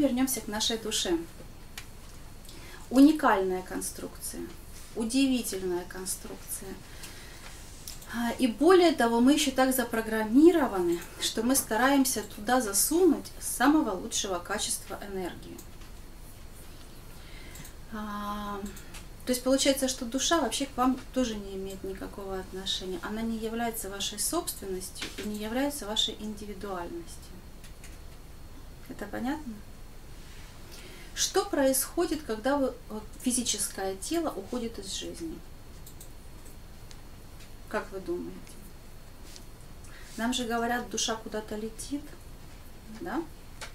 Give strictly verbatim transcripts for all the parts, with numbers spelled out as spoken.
вернемся к нашей душе. Уникальная конструкция, удивительная конструкция. И более того, мы еще так запрограммированы, что мы стараемся туда засунуть самого лучшего качества энергию. То есть получается, что душа вообще к вам тоже не имеет никакого отношения. Она не является вашей собственностью и не является вашей индивидуальностью. Это понятно? Что происходит, когда вы, вот, физическое тело уходит из жизни? Как вы думаете? Нам же говорят, душа куда-то летит, да?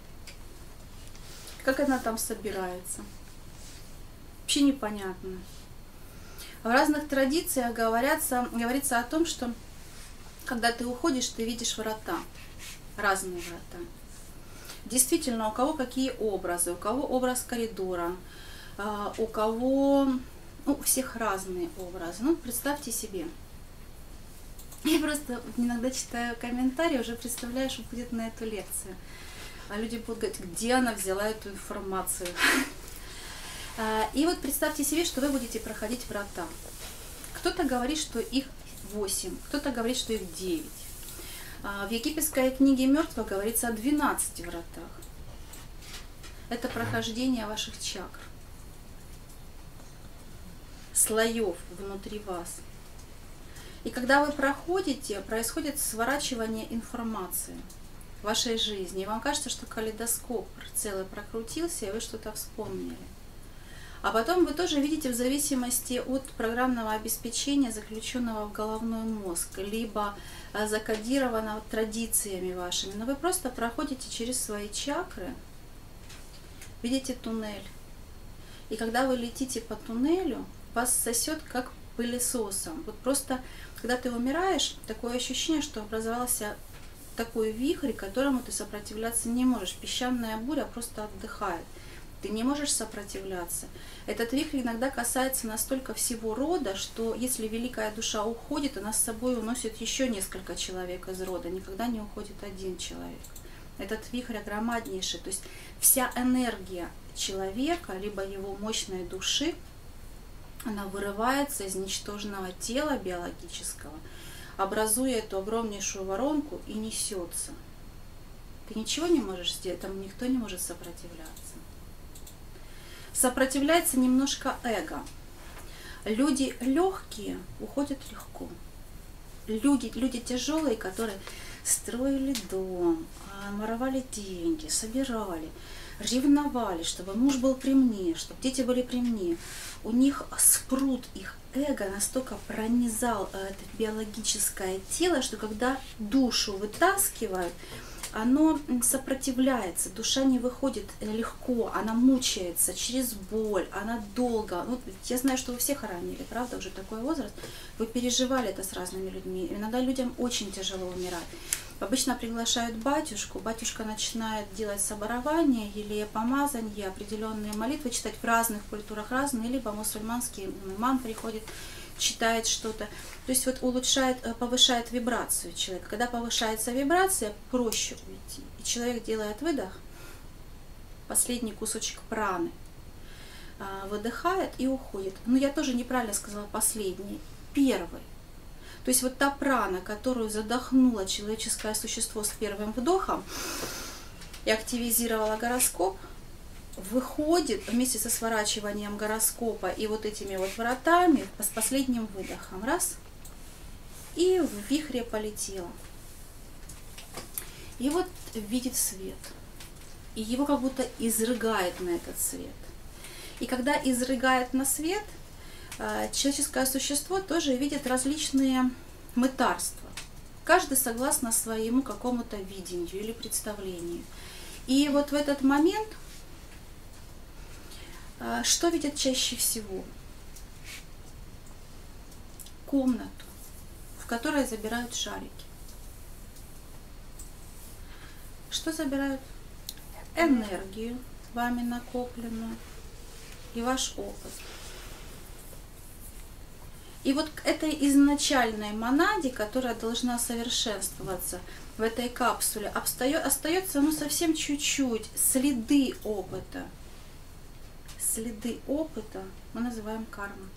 Как она там собирается? Вообще непонятно. В разных традициях говорятся, говорится о том, что когда ты уходишь, ты видишь врата, разные врата. Действительно, у кого какие образы, у кого образ коридора, у кого, ну, у всех разные образы. Ну, представьте себе. Я просто иногда читаю комментарии, уже представляю, что будет на эту лекцию. А люди будут говорить, где она взяла эту информацию. И вот представьте себе, что вы будете проходить врата. Кто-то говорит, что их восемь, кто-то говорит, что их девять. В египетской книге мертвых говорится о двенадцати вратах. Это прохождение ваших чакр, слоев внутри вас. И когда вы проходите, происходит сворачивание информации в вашей жизни. И вам кажется, что калейдоскоп целый прокрутился, и вы что-то вспомнили. А потом вы тоже видите в зависимости от программного обеспечения, заключенного в головной мозг, либо закодированного традициями вашими. Но вы просто проходите через свои чакры, видите туннель. И когда вы летите по туннелю, вас сосет как пылесосом. Вот просто, когда ты умираешь, такое ощущение, что образовался такой вихрь, которому ты сопротивляться не можешь. Песчаная буря просто отдыхает. Ты не можешь сопротивляться. Этот вихрь иногда касается настолько всего рода, что если великая душа уходит, она с собой уносит еще несколько человек из рода. Никогда не уходит один человек. Этот вихрь огромнейший. То есть вся энергия человека, либо его мощной души, она вырывается из ничтожного тела биологического, образуя эту огромнейшую воронку и несется. Ты ничего не можешь сделать, там никто не может сопротивляться. Сопротивляется немножко эго. Люди легкие уходят легко. Люди, люди тяжелые, которые строили дом, воровали деньги, собирали, ревновали, чтобы муж был при мне, чтобы дети были при мне. У них спрут, их эго настолько пронизал это биологическое тело, что когда душу вытаскивают, оно сопротивляется, душа не выходит легко, она мучается через боль, она долго. Ну, я знаю, что вы все хоронили, правда, уже такой возраст, вы переживали это с разными людьми. Иногда людям очень тяжело умирать. Обычно приглашают батюшку, батюшка начинает делать соборование или помазание, определенные молитвы читать в разных культурах разные, либо мусульманский имам приходит, читает что-то. То есть вот улучшает, повышает вибрацию человека. Когда повышается вибрация, проще уйти. И человек делает выдох, последний кусочек праны, выдыхает и уходит. Но я тоже неправильно сказала последний, первый. То есть вот та прана, которую задохнуло человеческое существо с первым вдохом и активизировала гороскоп, выходит вместе со сворачиванием гороскопа и вот этими вот вратами с последним выдохом. Раз. И в вихре полетела. И вот видит свет. И его как будто изрыгает на этот свет. И когда изрыгает на свет, человеческое существо тоже видит различные мытарства. Каждый согласно своему какому-то видению или представлению. И вот в этот момент что видят чаще всего? Комнату, в которой забирают шарики. Что забирают? Энергию, вами накопленную, и ваш опыт. И вот к этой изначальной монаде, которая должна совершенствоваться в этой капсуле, остается ну, совсем чуть-чуть, следы опыта. Следы опыта мы называем кармой.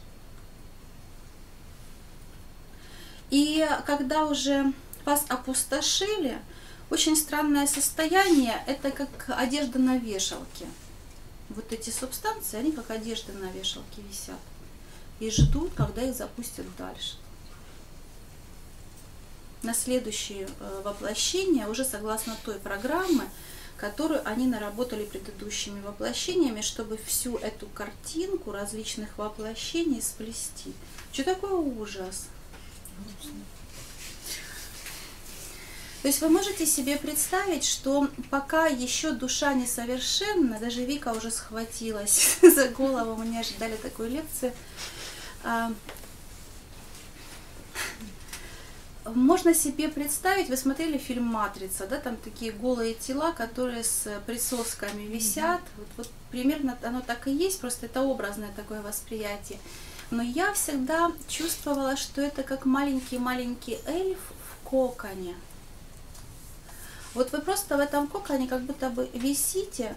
И когда уже вас опустошили, очень странное состояние, это как одежда на вешалке. Вот эти субстанции, они как одежда на вешалке висят и ждут, когда их запустят дальше. На следующее воплощение, уже согласно той программы, которую они наработали предыдущими воплощениями, чтобы всю эту картинку различных воплощений сплести. Что такое ужас? То есть вы можете себе представить, что пока еще душа несовершенна, даже Вика уже схватилась за голову, мы не ожидали такой лекции, можно себе представить, вы смотрели фильм «Матрица», да, там такие голые тела, которые с присосками висят, вот, вот примерно оно так и есть, просто это образное такое восприятие. Но я всегда чувствовала, что это как маленький-маленький эльф в коконе. Вот вы просто в этом коконе как будто бы висите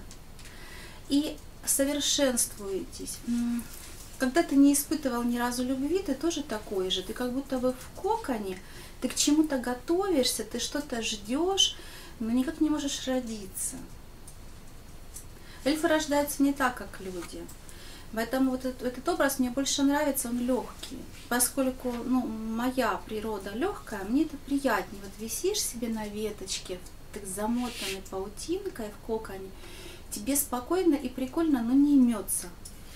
и совершенствуетесь. Когда ты не испытывал ни разу любви, ты тоже такой же. Ты как будто бы в коконе, ты к чему-то готовишься, ты что-то ждешь, но никак не можешь родиться. Эльфы рождаются не так, как люди. Поэтому вот этот, этот образ мне больше нравится, он легкий. Поскольку ну, моя природа легкая, мне это приятнее. Вот висишь себе на веточке, так замотанной паутинкой в коконе, тебе спокойно и прикольно, но не имется.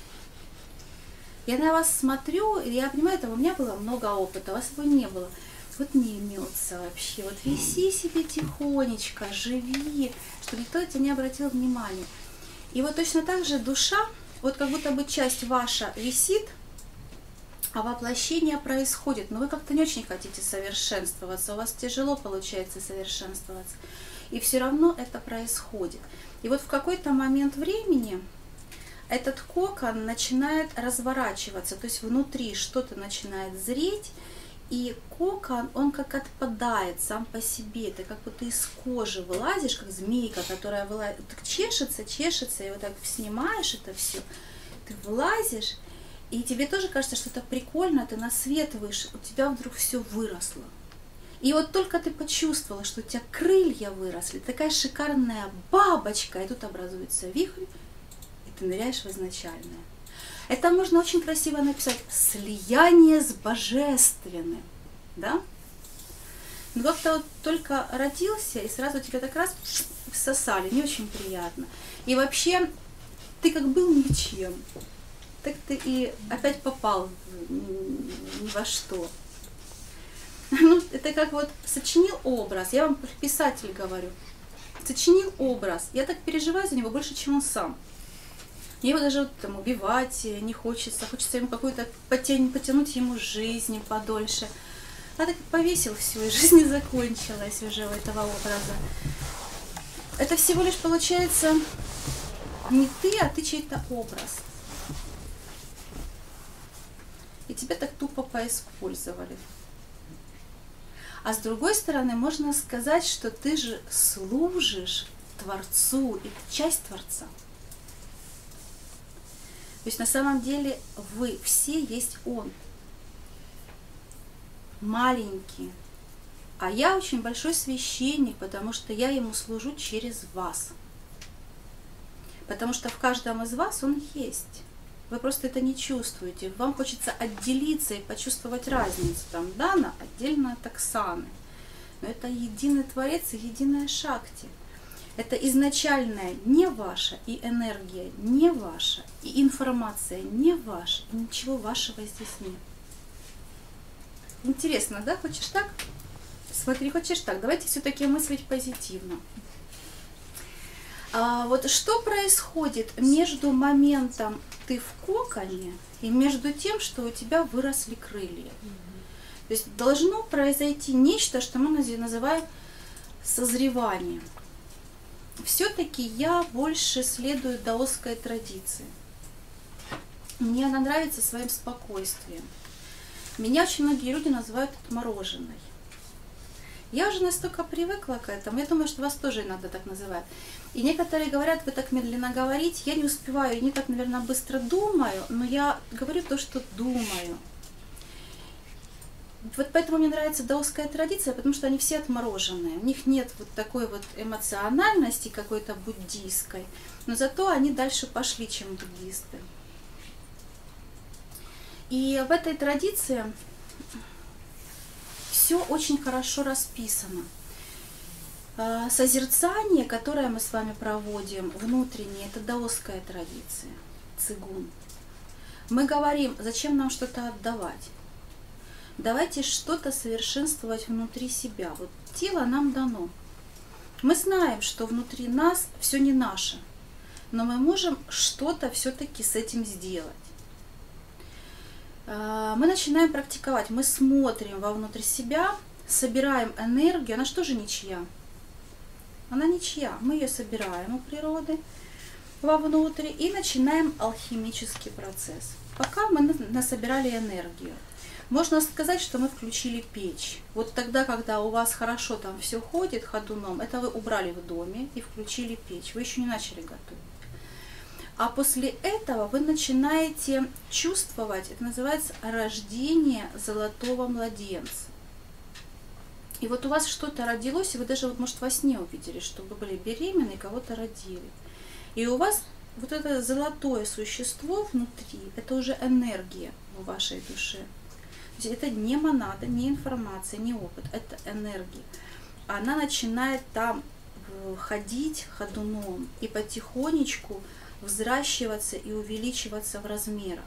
Я на вас смотрю, и я понимаю, этого у меня было много опыта, у вас его не было. Вот не имется вообще. Вот виси себе тихонечко, живи, чтобы никто на тебя не обратил внимания. И вот точно так же душа, вот как будто бы часть ваша висит, а воплощение происходит, но вы как-то не очень хотите совершенствоваться, у вас тяжело получается совершенствоваться, и все равно это происходит. И вот в какой-то момент времени этот кокон начинает разворачиваться, то есть внутри что-то начинает зреть, и кокон, он как отпадает сам по себе, ты как будто из кожи вылазишь, как змейка, которая вылазит, так чешется, чешется, и вот так снимаешь это все, ты вылазишь, и тебе тоже кажется, что это прикольно, ты на свет вышел, у тебя вдруг все выросло. И вот только ты почувствовала, что у тебя крылья выросли, такая шикарная бабочка, и тут образуется вихрь, и ты ныряешь в изначальное. Это можно очень красиво написать «слияние с божественным». Да? Но как-то вот только родился, и сразу тебя так раз всосали, не очень приятно. И вообще ты как был ничем, так ты и опять попал ни во что. Ну, это как вот сочинил образ, я вам как писатель говорю, сочинил образ, я так переживаю за него больше, чем он сам. Мне его даже вот, там, убивать не хочется, хочется ему какую-то потянуть, потянуть ему жизнь подольше. А так повесил все, и жизнь не закончилась уже у этого образа. Это всего лишь получается не ты, а ты чей-то образ. И тебя так тупо поиспользовали. А с другой стороны, можно сказать, что ты же служишь Творцу, и ты часть Творца. То есть на самом деле вы все есть Он. Маленький. А я очень большой священник, потому что я Ему служу через вас. Потому что в каждом из вас Он есть. Вы просто это не чувствуете. Вам хочется отделиться и почувствовать разницу. Там Дана отдельно от Оксаны. Но это единый Творец и единая Шакти. Это изначальная не ваша, и энергия не ваша, и информация не ваша, и ничего вашего здесь нет. Интересно, да? Хочешь так? Смотри, хочешь так. Давайте все-таки мыслить позитивно. А вот что происходит между моментом ты в коконе и между тем, что у тебя выросли крылья? То есть должно произойти нечто, что мы называем созреванием. Все-таки я больше следую даосской традиции. Мне она нравится своим спокойствием. Меня очень многие люди называют отмороженной. Я уже настолько привыкла к этому, я думаю, что вас тоже иногда так называют. И некоторые говорят, вы так медленно говорите, я не успеваю, я не так, наверное, быстро думаю, но я говорю то, что думаю. Вот поэтому мне нравится даосская традиция, потому что они все отмороженные. У них нет вот такой вот эмоциональности какой-то буддийской, но зато они дальше пошли, чем буддисты. И в этой традиции все очень хорошо расписано. Созерцание, которое мы с вами проводим, внутреннее, это даосская традиция, цигун. Мы говорим, зачем нам что-то отдавать? Давайте что-то совершенствовать внутри себя. Вот тело нам дано. Мы знаем, что внутри нас все не наше, но мы можем что-то все-таки с этим сделать. Мы начинаем практиковать, мы смотрим вовнутрь себя, собираем энергию, она что же ничья? Она ничья, мы ее собираем у природы вовнутрь и начинаем алхимический процесс. Пока мы насобирали энергию. Можно сказать, что мы включили печь. Вот тогда, когда у вас хорошо там все ходит ходуном, это вы убрали в доме и включили печь. Вы еще не начали готовить. А после этого вы начинаете чувствовать, это называется рождение золотого младенца. И вот у вас что-то родилось, и вы даже, вот, может, во сне увидели, что вы были беременны и кого-то родили. И у вас вот это золотое существо внутри, это уже энергия в вашей душе. То есть это не монада, не информация, не опыт, это энергия. Она начинает там ходить ходуном и потихонечку взращиваться и увеличиваться в размерах.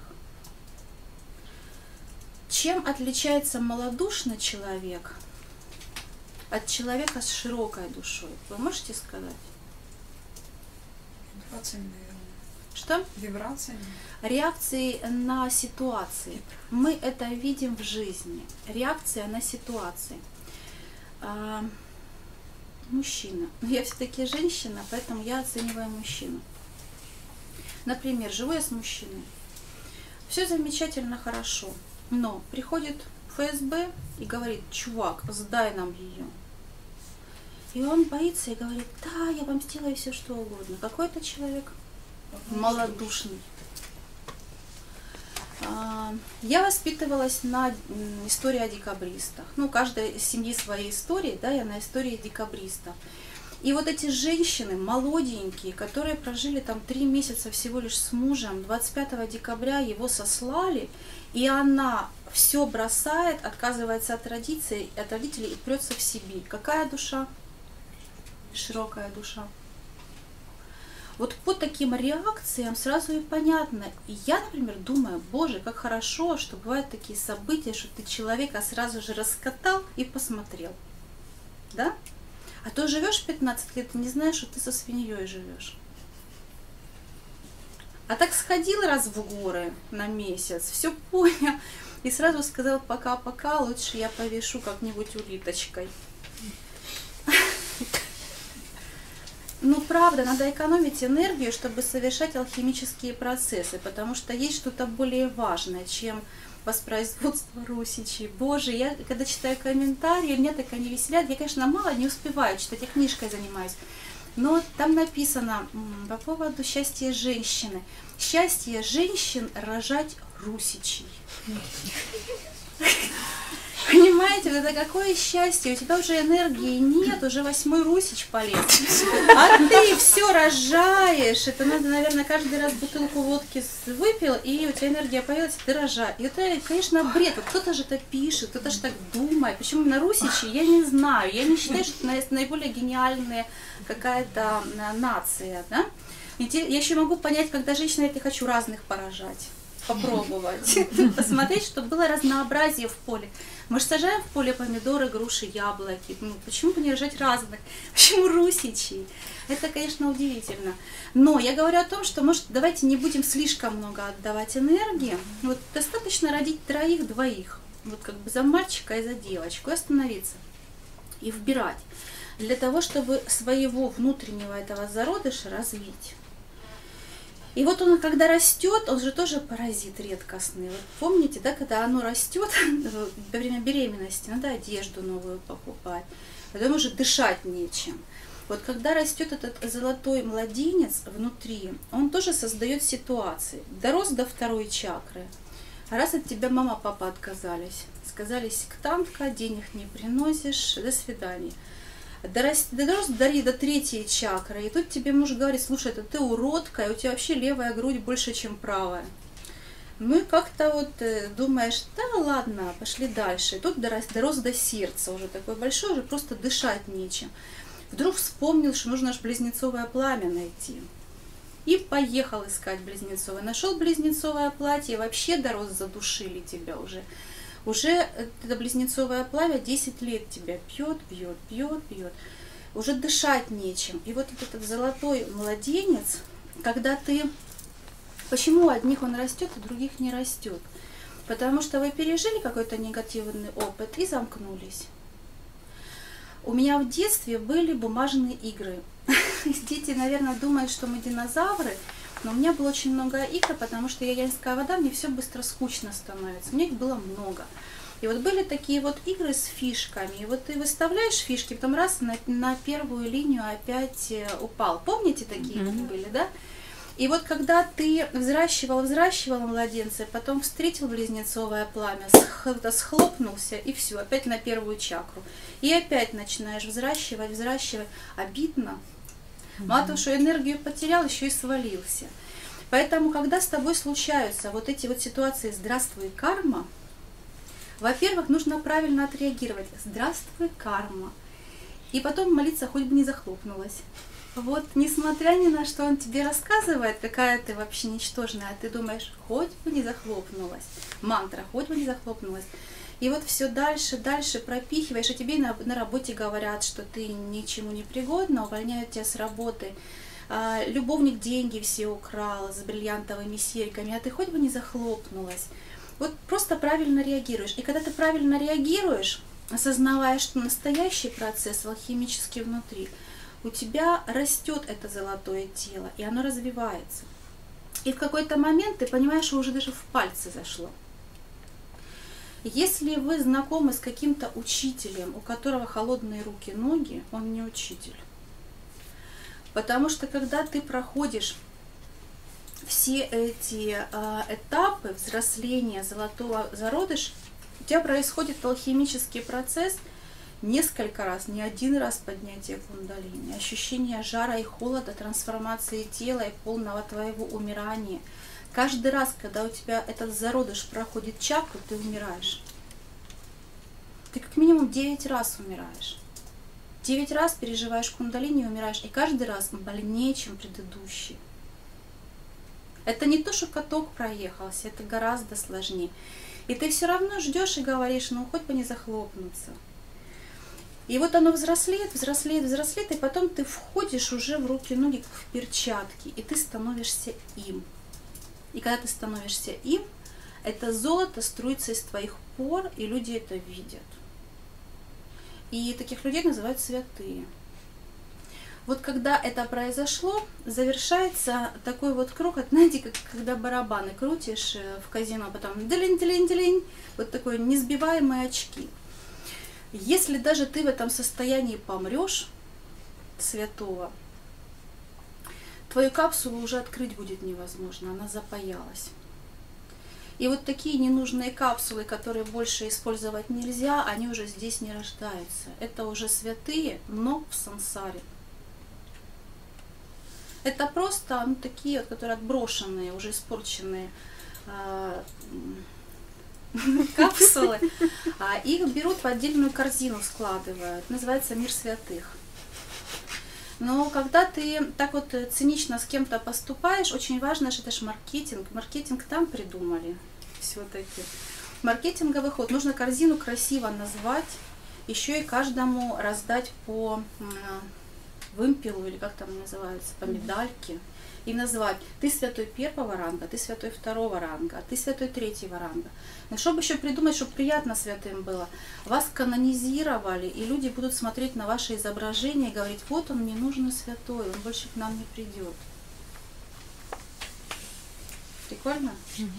Чем отличается малодушный человек от человека с широкой душой? Вы можете сказать? Вибрациями, наверное. Что? Вибрациями. Реакции на ситуации. Мы это видим в жизни. Реакция на ситуации. А, мужчина. Я все-таки женщина, поэтому я оцениваю мужчину. Например, живу я с мужчиной. Все замечательно, хорошо. Но приходит эф эс бэ и говорит: чувак, сдай нам ее. И он боится и говорит: да, я вам сделаю все, что угодно. Какой это человек? Малодушный. Я воспитывалась на истории о декабристах. Ну, каждая из семьи своей истории, да, я на истории декабристов. И вот эти женщины, молоденькие, которые прожили там три месяца всего лишь с мужем, двадцать пятого декабря его сослали, и она все бросает, отказывается от традиции, от родителей и прется в Сибирь. Какая душа? Широкая душа. Вот по таким реакциям сразу и понятно. И я, например, думаю: боже, как хорошо, что бывают такие события, что ты человека сразу же раскатал и посмотрел. Да? А то живешь пятнадцать лет и не знаешь, что ты со свиньей живешь. А так сходил раз в горы на месяц, все понял, и сразу сказал: пока-пока, лучше я повешу как-нибудь улиточкой. Ну, правда, надо экономить энергию, чтобы совершать алхимические процессы, потому что есть что-то более важное, чем воспроизводство русичей. Боже, я когда читаю комментарии, меня так они веселят. Я, конечно, мало не успеваю читать, я книжкой занимаюсь. Но там написано по поводу счастья женщины. Счастье женщин рожать русичей. Понимаете, это какое счастье, у тебя уже энергии нет, уже восьмой русич полез, а ты все рожаешь, это надо, наверное, каждый раз бутылку водки выпил, и у тебя энергия появилась, ты рожаешь. И это, конечно, бред, вот кто-то же это пишет, кто-то же так думает, почему на русичи, я не знаю, я не считаю, что это наиболее гениальная какая-то нация, да? Я еще могу понять, когда женщина говорит: я хочу разных порожать. Попробовать, посмотреть, чтобы было разнообразие в поле. Мы же сажаем в поле помидоры, груши, яблоки. Ну, почему бы не рожать разных? Почему русичей? Это, конечно, удивительно. Но я говорю о том, что, может, давайте не будем слишком много отдавать энергии. Вот достаточно родить троих-двоих. Вот как бы за мальчика и за девочку. И остановиться. И вбирать. Для того, чтобы своего внутреннего этого зародыша развить. И вот он, когда растет, он же тоже паразит редкостный. Вот помните, да, когда оно растет во время беременности, надо одежду новую покупать, потом уже дышать нечем. Вот когда растет этот золотой младенец внутри, он тоже создает ситуации. Дорос до второй чакры, а раз от тебя мама, папа отказались, сказали: сектантка, денег не приносишь, до свидания. Дорос, дорос до, до третьей чакры, и тут тебе муж говорит: слушай, это ты уродка, и у тебя вообще левая грудь больше, чем правая. Ну и как-то вот думаешь: да ладно, пошли дальше. И тут дорос, дорос до сердца, уже такой большой, уже просто дышать нечем. Вдруг вспомнил, что нужно аж близнецовое пламя найти. И поехал искать близнецовое. Нашел близнецовое платье, и вообще дорос, задушили тебя уже. Уже это близнецовое пламя десять лет тебя пьет, пьет, пьет, пьет. Уже дышать нечем. И вот этот золотой младенец, когда ты... Почему у одних он растет, а других не растет? Потому что вы пережили какой-то негативный опыт и замкнулись. У меня в детстве были бумажные игры. Дети, наверное, думают, что мы динозавры, но у меня было очень много игр, потому что я янская вода, мне все быстро скучно становится. Мне их было много. И вот были такие вот игры с фишками. И вот ты выставляешь фишки, потом раз на, на первую линию опять упал. Помните, такие игры mm-hmm. были, да? И вот когда ты взращивал, взращивал младенца, потом встретил близнецовое пламя, схлопнулся, и все, опять на первую чакру. И опять начинаешь взращивать, взращивать. Обидно. Mm-hmm. Мало того, что энергию потерял, еще и свалился. Поэтому, когда с тобой случаются вот эти вот ситуации «здравствуй, карма», во-первых, нужно правильно отреагировать. «Здравствуй, карма». И потом молиться, хоть бы не захлопнулась. Вот, несмотря ни на что он тебе рассказывает, какая ты вообще ничтожная, а ты думаешь: хоть бы не захлопнулась. Мантра: хоть бы не захлопнулась. И вот все дальше, дальше пропихиваешь, и тебе на, на работе говорят, что ты ни к чему не пригодна, увольняют тебя с работы. А, любовник деньги все украл с бриллиантовыми серьгами, а ты хоть бы не захлопнулась. Вот просто правильно реагируешь. И когда ты правильно реагируешь, осознавая, что настоящий процесс алхимический внутри, у тебя растет это золотое тело, и оно развивается. И в какой-то момент ты понимаешь, что уже даже в пальцы зашло. Если вы знакомы с каким-то учителем, у которого холодные руки, ноги, он не учитель. Потому что когда ты проходишь все эти э, этапы взросления золотого зародыша, у тебя происходит алхимический процесс несколько раз, не один раз поднятие кундалини, ощущение жара и холода, трансформации тела и полного твоего умирания. Каждый раз, когда у тебя этот зародыш проходит чакру, ты умираешь. Ты как минимум девять раз умираешь. девять раз переживаешь кундалини и умираешь, и каждый раз больнее, чем предыдущий. Это не то, что каток проехался, это гораздо сложнее. И ты все равно ждешь и говоришь: ну хоть бы не захлопнуться. И вот оно взрослеет, взрослеет, взрослеет, и потом ты входишь уже в руки-ноги, как в перчатки, и ты становишься им. И когда ты становишься им, это золото струится из твоих пор, и люди это видят. И таких людей называют святые. Вот когда это произошло, завершается такой вот круг, знаете, как когда барабаны крутишь в казино, потом делень-делень-делень, вот такой несбиваемые очки. Если даже ты в этом состоянии помрешь, святого, твою капсулу уже открыть будет невозможно, она запаялась. И вот такие ненужные капсулы, которые больше использовать нельзя, они уже здесь не рождаются. Это уже святые, но в сансаре. Это просто ну, такие, вот, которые отброшенные, уже испорченные э, капсулы. А их берут в отдельную корзину, складывают. Называется «Мир святых». Но когда ты так вот цинично с кем-то поступаешь, очень важно, что это же маркетинг. Маркетинг там придумали все-таки. Маркетинговый ход. Нужно корзину красиво назвать, еще и каждому раздать по вымпелу, или как там называется, по медальке. И назвать: ты святой первого ранга, ты святой второго ранга, ты святой третьего ранга. Но чтобы еще придумать, чтобы приятно святым было, вас канонизировали, и люди будут смотреть на ваше изображение и говорить: вот он, мне нужен святой, он больше к нам не придет. Прикольно?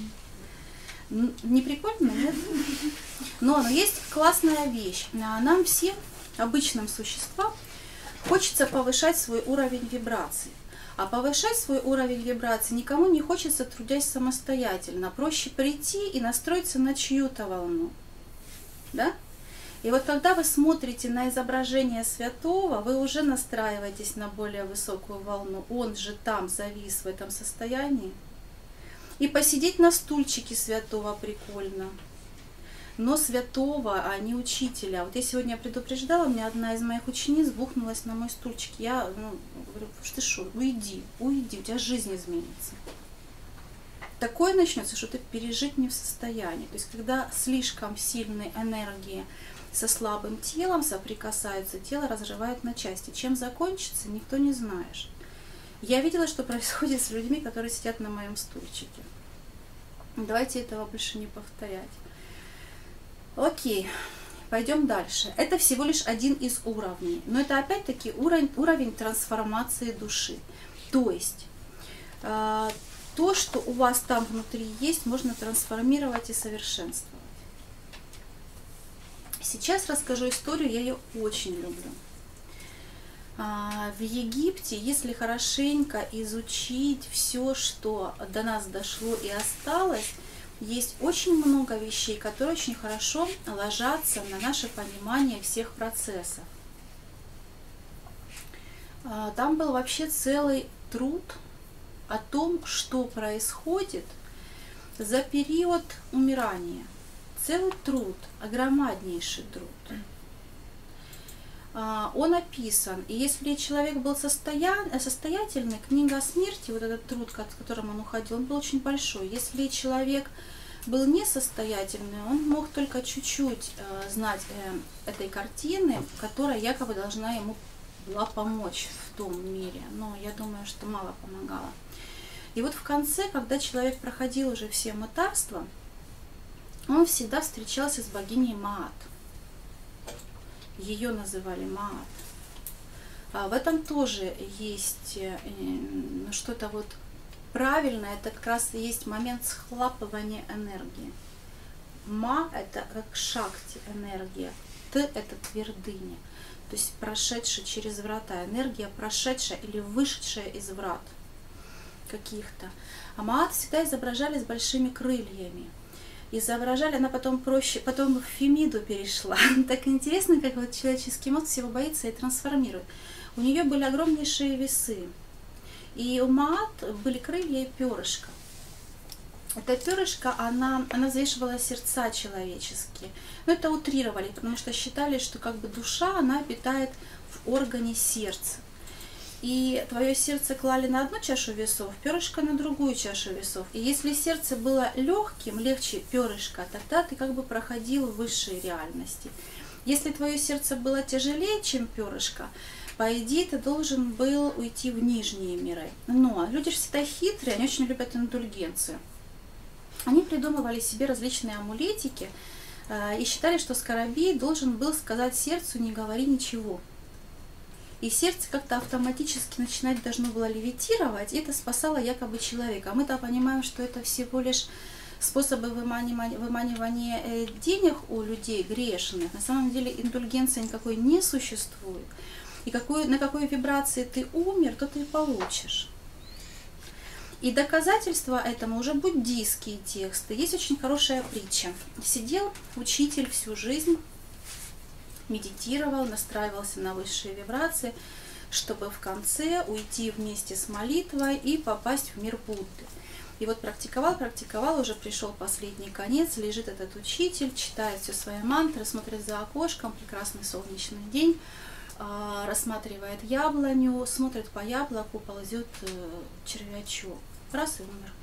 Не прикольно, нет? Но, но есть классная вещь. Нам всем, обычным существам, хочется повышать свой уровень вибраций. А повышать свой уровень вибраций никому не хочется, трудясь самостоятельно. Проще прийти и настроиться на чью-то волну. Да? И вот когда вы смотрите на изображение святого, вы уже настраиваетесь на более высокую волну. Он же там завис в этом состоянии. И посидеть на стульчике святого прикольно. Но святого, а не учителя. Вот я сегодня предупреждала, мне одна из моих учениц бухнулась на мой стульчик. Я ну, говорю, что ты шо, уйди, уйди, у тебя жизнь изменится. Такое начнется, что ты пережить не в состоянии. То есть, когда слишком сильные энергии со слабым телом соприкасаются, тело разрывает на части. Чем закончится, никто не знает. Я видела, что происходит с людьми, которые сидят на моем стульчике. Давайте этого больше не повторять. Окей, пойдем дальше. Это всего лишь один из уровней, но это опять-таки уровень, уровень трансформации души. То есть э, то, что у вас там внутри есть, можно трансформировать и совершенствовать. Сейчас расскажу историю, я ее очень люблю. В Египте, если хорошенько изучить все, что до нас дошло и осталось, есть очень много вещей, которые очень хорошо ложатся на наше понимание всех процессов. Там был вообще целый труд о том, что происходит за период умирания. Целый труд, огромнейший труд. Он описан, и если человек был состоян, состоятельный, книга о смерти, вот этот труд, с которым он уходил, он был очень большой. Если человек был несостоятельный, он мог только чуть-чуть э, знать э, этой картины, которая якобы должна ему была помочь в том мире, но я думаю, что мало помогала. И вот в конце, когда человек проходил уже все мытарства, он всегда встречался с богиней Маат. Ее называли Маат. А в этом тоже есть ну, что-то вот правильное, это как раз и есть момент схлапывания энергии. Ма – это как шакти энергия, Т – это твердыня, то есть прошедшая через врата, энергия прошедшая или вышедшая из врат каких-то. А Маат всегда изображали с большими крыльями. Изображали, она потом проще, потом в Фемиду перешла. Так интересно, как вот человеческий мозг всего боится и трансформирует. У нее были огромнейшие весы. И у Маат были крылья и перышко. Эта перышко, она, она взвешивала сердца человеческие. Но это утрировали, потому что считали, что как бы душа, она обитает в органе сердца. И твое сердце клали на одну чашу весов, перышко на другую чашу весов. И если сердце было легким, легче перышка, тогда ты как бы проходил в высшие реальности. Если твое сердце было тяжелее, чем перышко, по идее ты должен был уйти в нижние миры. Но люди же всегда хитрые, они очень любят индульгенцию. Они придумывали себе различные амулетики э, и считали, что скоробей должен был сказать сердцу: не говори ничего. И сердце как-то автоматически начинать должно было левитировать, и это спасало якобы человека. А мы-то понимаем, что это всего лишь способы выманивания, выманивания денег у людей грешных. На самом деле индульгенции никакой не существует. И какой, на какой вибрации ты умер, то ты и получишь. И доказательства этому уже буддийские тексты. Есть очень хорошая притча. Сидел учитель всю жизнь, медитировал, настраивался на высшие вибрации, чтобы в конце уйти вместе с молитвой и попасть в мир Будды. И вот практиковал, практиковал, уже пришел последний конец, лежит этот учитель, читает все свои мантры, смотрит за окошком, прекрасный солнечный день, рассматривает яблоню, смотрит по яблоку, ползет червячок. Раз и умер.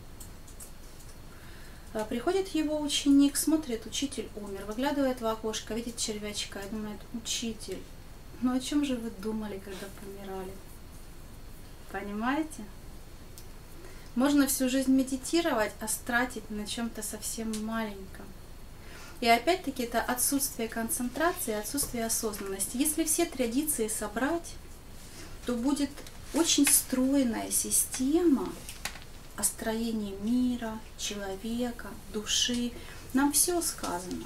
Приходит его ученик, смотрит, учитель умер, выглядывает в окошко, видит червячка и думает: учитель, ну о чем же вы думали, когда помирали? Понимаете? Можно всю жизнь медитировать, а стратить на чем-то совсем маленьком. И опять-таки это отсутствие концентрации, отсутствие осознанности. Если все традиции собрать, то будет очень стройная система о строении мира, человека, души. Нам все сказано.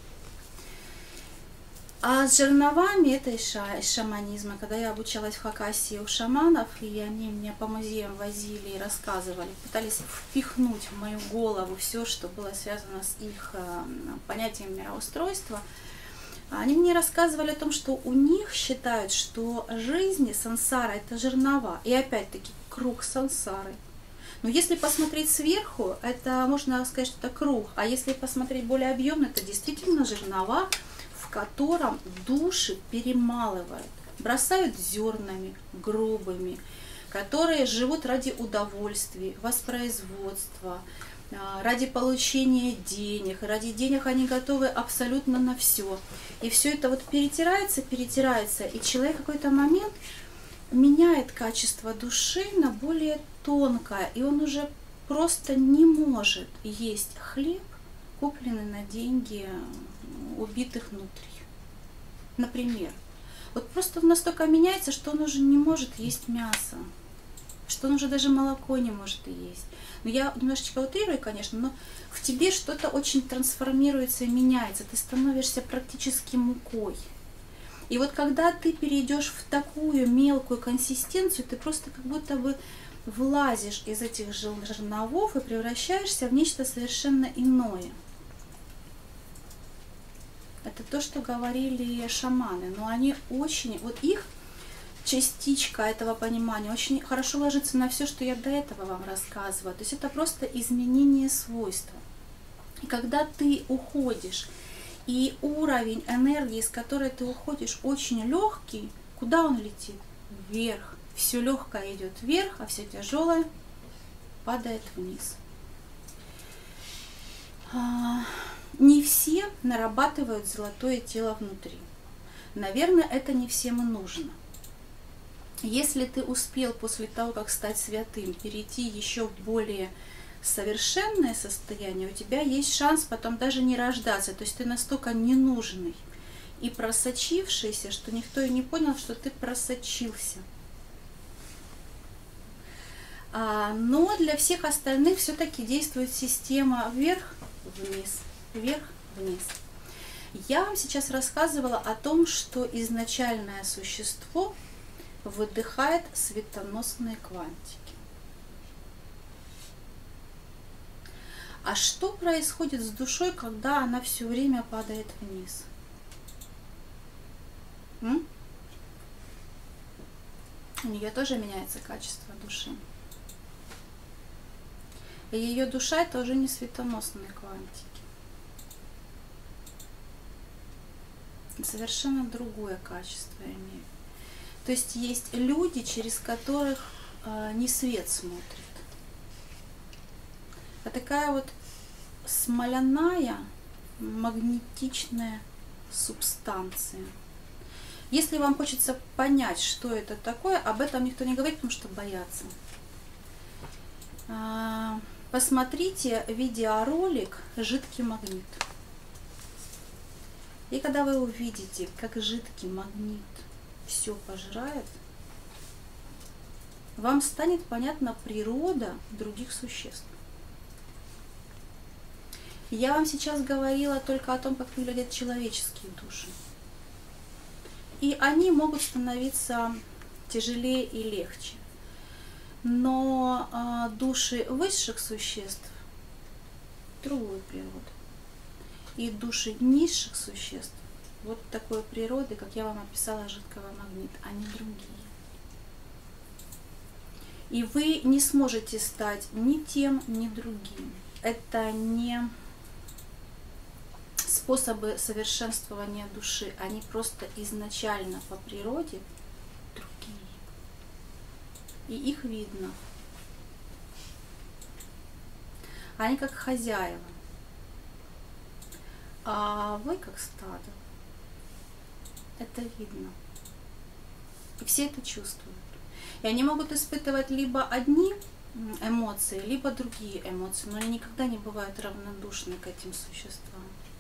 А с жерновами это из, ша, из шаманизма. Когда я обучалась в Хакасии у шаманов, и они меня по музеям возили и рассказывали, пытались впихнуть в мою голову все, что было связано с их э, понятием мироустройства, они мне рассказывали о том, что у них считают, что жизнь, сансара, это жернова. И опять-таки круг сансары. Но если посмотреть сверху, это можно сказать, что это круг. А если посмотреть более объемно, это действительно жернова, в котором души перемалывают, бросают зернами грубыми, которые живут ради удовольствий, воспроизводства, ради получения денег. Ради денег они готовы абсолютно на все. И все это вот перетирается, перетирается, и человек в какой-то момент меняет качество души на более тонкое, и он уже просто не может есть хлеб, купленный на деньги убитых внутри. Например, вот просто он настолько меняется, что он уже не может есть мясо, что он уже даже молоко не может есть. Но я немножечко утрирую, конечно, но в тебе что-то очень трансформируется и меняется. Ты становишься практически мукой. И вот когда ты перейдешь в такую мелкую консистенцию, ты просто как будто бы влазишь из этих жерновов и превращаешься в нечто совершенно иное. Это то, что говорили шаманы. Но они очень, вот их частичка этого понимания очень хорошо ложится на все, что я до этого вам рассказывала. То есть это просто изменение свойства. И когда ты уходишь, и уровень энергии, с которой ты уходишь, очень легкий, куда он летит? Вверх. Все легкое идет вверх, а все тяжелое падает вниз. Не все нарабатывают золотое тело внутри. Наверное, это не всем и нужно. Если ты успел после того, как стать святым, перейти еще в более совершенное состояние, у тебя есть шанс потом даже не рождаться. То есть ты настолько ненужный и просочившийся, что никто и не понял, что ты просочился. А, но для всех остальных все-таки действует система вверх-вниз, вверх-вниз. Я вам сейчас рассказывала о том, что изначальное существо выдыхает светоносные квантики. А что происходит с душой, когда она все время падает вниз? М? У нее тоже меняется качество души. И ее душа это уже не светоносные квантики. Совершенно другое качество имеет. То есть есть люди, через которых э, не свет смотрит. А такая вот смоляная, магнетичная субстанция. Если вам хочется понять, что это такое, об этом никто не говорит, потому что боятся. А, посмотрите видеоролик «Жидкий магнит». И когда вы увидите, как жидкий магнит все пожирает, вам станет понятна природа других существ. Я вам сейчас говорила только о том, как выглядят человеческие души. И они могут становиться тяжелее и легче. Но а, души высших существ другой природы. И души низших существ вот такой природы, как я вам описала, жидкого магнита, они другие. И вы не сможете стать ни тем, ни другим. Это не способы совершенствования души, они просто изначально по природе другие. И их видно. Они как хозяева, а вы как стадо. Это видно. И все это чувствуют. И они могут испытывать либо одни эмоции, либо другие эмоции, но они никогда не бывают равнодушны к этим существам.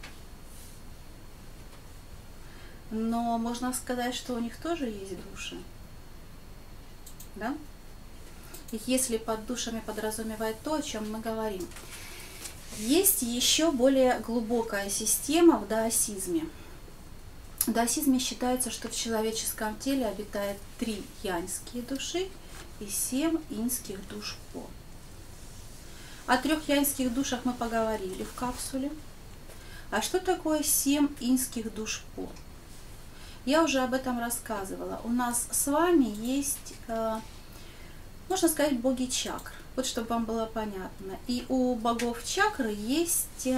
Но можно сказать, что у них тоже есть души. Да? если под душами подразумевает то, о чем мы говорим. Есть еще более глубокая система в даосизме. В даосизме считается, что в человеческом теле обитает три яньские души и семь иньских душ по. О трех яньских душах мы поговорили в капсуле. А что такое семь иньских душ по? Я уже об этом рассказывала. У нас с вами есть, можно сказать, боги чакр. Вот чтобы вам было понятно. И у богов чакры есть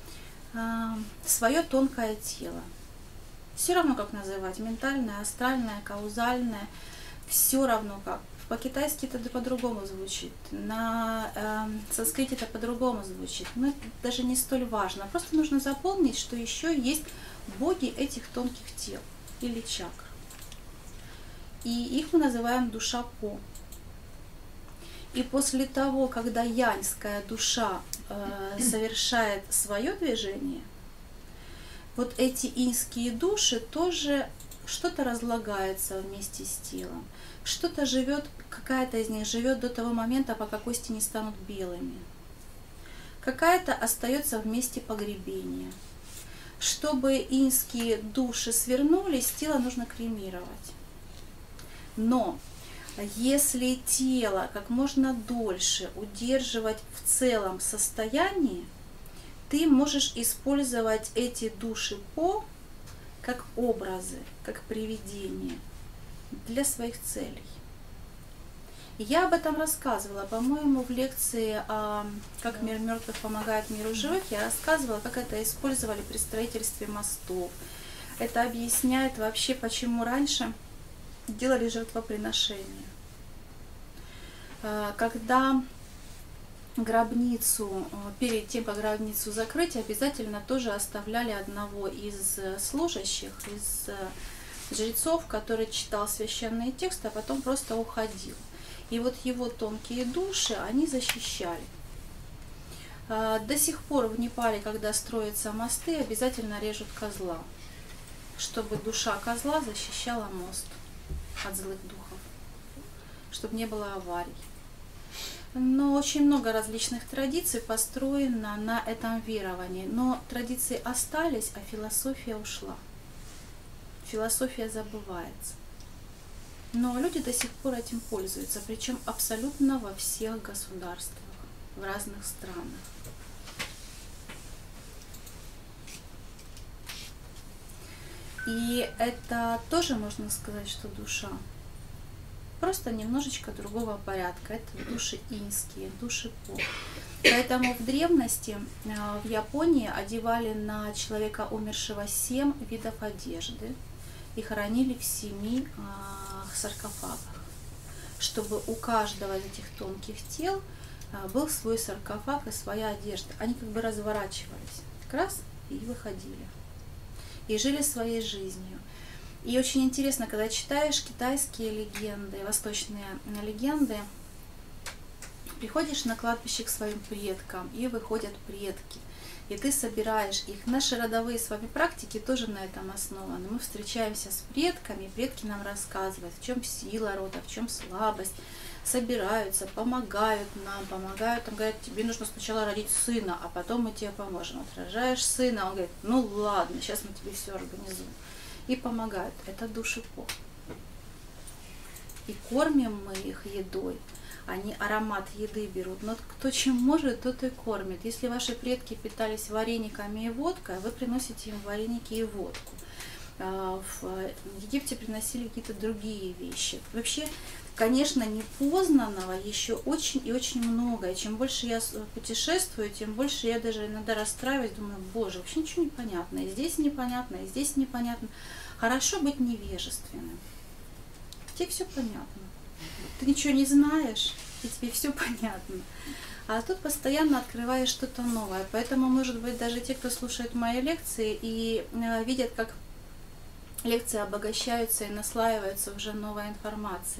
свое тонкое тело. Все равно, как называть, ментальное, астральное, каузальное, все равно как. По-китайски это по-другому звучит, на э, санскрите это по-другому звучит, но это даже не столь важно. Просто нужно запомнить, что еще есть боги этих тонких тел или чакр. И их мы называем душа по. И после того, когда яньская душа э, совершает свое движение, вот эти иньские души тоже что-то разлагается вместе с телом, что-то живет, какая-то из них живет до того момента, пока кости не станут белыми. Какая-то остается в месте погребения. Чтобы иньские души свернулись, тело нужно кремировать. Но если тело как можно дольше удерживать в целом состоянии, ты можешь использовать эти души по как образы, как привидения для своих целей. И я об этом рассказывала, по-моему, в лекции «Как мир мертвых помогает миру живых». Я рассказывала, как это использовали при строительстве мостов. Это объясняет вообще, почему раньше делали жертвоприношения. Когда гробницу, перед тем, как гробницу закрыть, обязательно тоже оставляли одного из служащих, из жрецов, который читал священные тексты, а потом просто уходил. И вот его тонкие души, они защищали. До сих пор в Непале, когда строятся мосты, обязательно режут козла, чтобы душа козла защищала мост от злых духов, чтобы не было аварий. Но очень много различных традиций построено на этом веровании. Но традиции остались, а философия ушла. Философия забывается. Но люди до сих пор этим пользуются, причем абсолютно во всех государствах, в разных странах. И это тоже можно сказать, что душа. Просто немножечко другого порядка. Это души иньские, души по. Поэтому в древности в Японии одевали на человека умершего семь видов одежды и хоронили в семи саркофагах, чтобы у каждого из этих тонких тел был свой саркофаг и своя одежда. Они как бы разворачивались как раз и выходили. И жили своей жизнью. И очень интересно, когда читаешь китайские легенды, восточные легенды, приходишь на кладбище к своим предкам, и выходят предки, и ты собираешь их. Наши родовые с вами практики тоже на этом основаны. Мы встречаемся с предками, предки нам рассказывают, в чем сила рода, в чем слабость, собираются, помогают нам, помогают, там говорят, тебе нужно сначала родить сына, а потом мы тебе поможем. Вот рожаешь сына, он говорит, ну ладно, сейчас мы тебе все организуем. И помогают. Это души по. И кормим мы их едой. Они аромат еды берут. Но кто чем может, тот и кормит. Если ваши предки питались варениками и водкой, вы приносите им вареники и водку. В Египте приносили какие-то другие вещи. Вообще, конечно, непознанного еще очень и очень много. И чем больше я путешествую, тем больше я даже иногда расстраиваюсь, думаю, боже, вообще ничего не понятно. И здесь непонятно, и здесь непонятно. Хорошо быть невежественным. Тебе все понятно. Ты ничего не знаешь, и тебе все понятно. А тут постоянно открываешь что-то новое. Поэтому, может быть, даже те, кто слушает мои лекции и видят, как лекции обогащаются и наслаиваются уже новой информацией.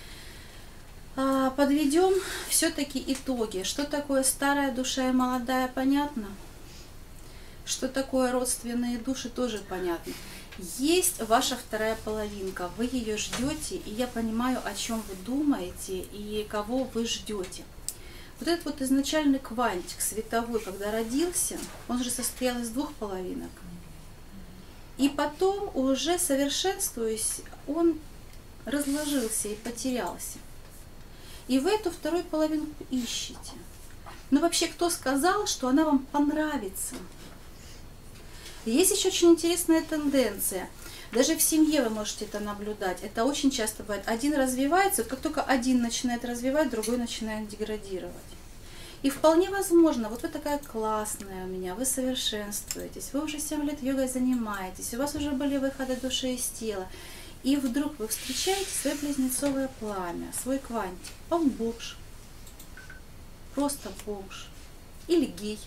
Подведем все-таки итоги. Что такое старая душа и молодая, понятно? Что такое родственные души, тоже понятно. Есть ваша вторая половинка, вы ее ждете, и я понимаю, о чем вы думаете и кого вы ждете. Вот этот вот изначальный квантик световой, когда родился, он же состоял из двух половинок. И потом, уже совершенствуясь, он разложился и потерялся. И вы эту вторую половинку ищете. Но вообще, кто сказал, что она вам понравится? Есть еще очень интересная тенденция. Даже в семье вы можете это наблюдать. Это очень часто бывает. Один развивается, вот как только один начинает развивать, другой начинает деградировать. И вполне возможно, вот вы такая классная у меня, вы совершенствуетесь, вы уже семь лет йогой занимаетесь, у вас уже были выходы души из тела. И вдруг вы встречаете свое близнецовое пламя, свой квантик. Он бомж. Просто бомж. Или гей.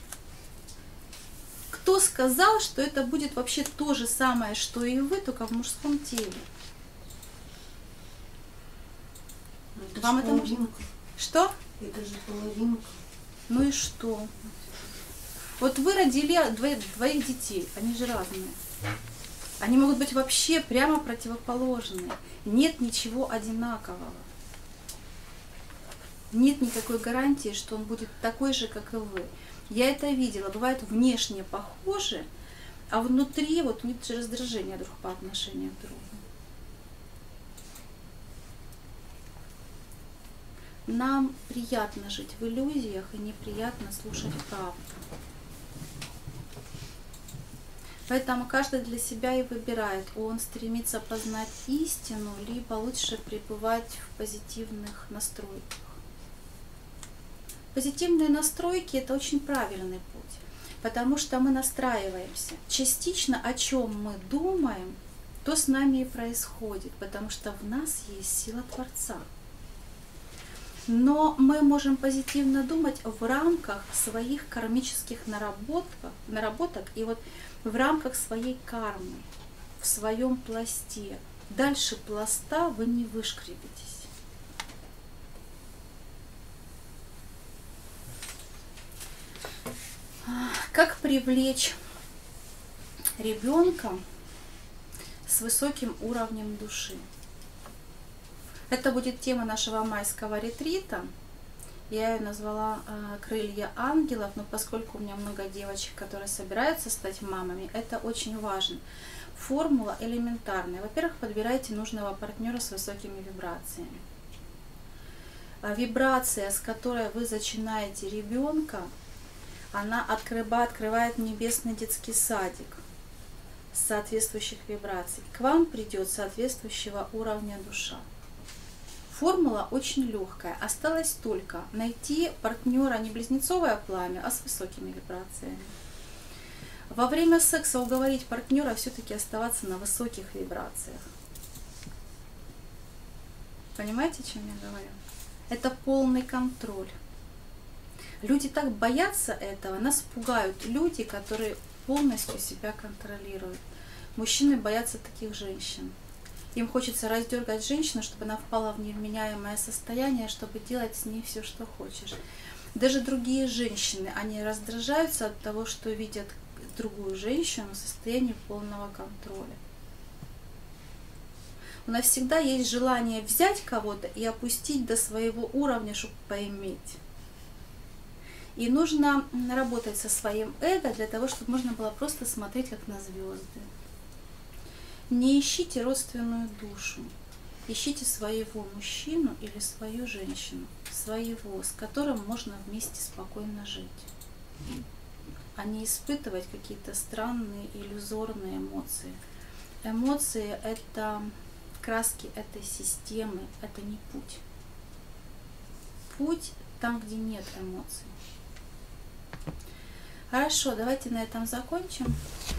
Кто сказал, что это будет вообще то же самое, что и вы, только в мужском теле? Это Вам это нужно? Что? Это же половинка. Ну и что? Вот вы родили двоих, двоих детей, они же разные. Они могут быть вообще прямо противоположные. Нет ничего одинакового. Нет никакой гарантии, что он будет такой же, как и вы. Я это видела. Бывают внешне похожи, а внутри вот у них же раздражение друг по отношению к другу. Нам приятно жить в иллюзиях и неприятно слушать правду. Поэтому каждый для себя и выбирает, он стремится познать истину, либо лучше пребывать в позитивных настройках. Позитивные настройки – это очень правильный путь, потому что мы настраиваемся. Частично о чем мы думаем, то с нами и происходит, потому что в нас есть сила Творца. Но мы можем позитивно думать в рамках своих кармических наработок, наработок и вот в рамках своей кармы, в своем пласте. Дальше пласта вы не вышкребетесь. Как привлечь ребенка с высоким уровнем души? Это будет тема нашего майского ретрита. Я ее назвала э, «Крылья ангелов», но поскольку у меня много девочек, которые собираются стать мамами, это очень важно. Формула элементарная. Во-первых, подбирайте нужного партнера с высокими вибрациями. А вибрация, с которой вы зачинаете ребенка, она открывает, открывает небесный детский садик с соответствующих вибраций. К вам придет соответствующего уровня душа. Формула очень легкая. Осталось только найти партнера не близнецовое пламя, а с высокими вибрациями. Во время секса уговорить партнера все-таки оставаться на высоких вибрациях. Понимаете, о чем я говорю? Это полный контроль. Люди так боятся этого, нас пугают люди, которые полностью себя контролируют. Мужчины боятся таких женщин. Им хочется раздергать женщину, чтобы она впала в невменяемое состояние, чтобы делать с ней все, что хочешь. Даже другие женщины, они раздражаются от того, что видят другую женщину в состоянии полного контроля. У нас всегда есть желание взять кого-то и опустить до своего уровня, чтобы поиметь. И нужно работать со своим эго для того, чтобы можно было просто смотреть как на звезды. Не ищите родственную душу, ищите своего мужчину или свою женщину, своего, с которым можно вместе спокойно жить, а не испытывать какие-то странные иллюзорные эмоции. Эмоции – это краски этой системы, это не путь. Путь там, где нет эмоций. Хорошо, давайте на этом закончим.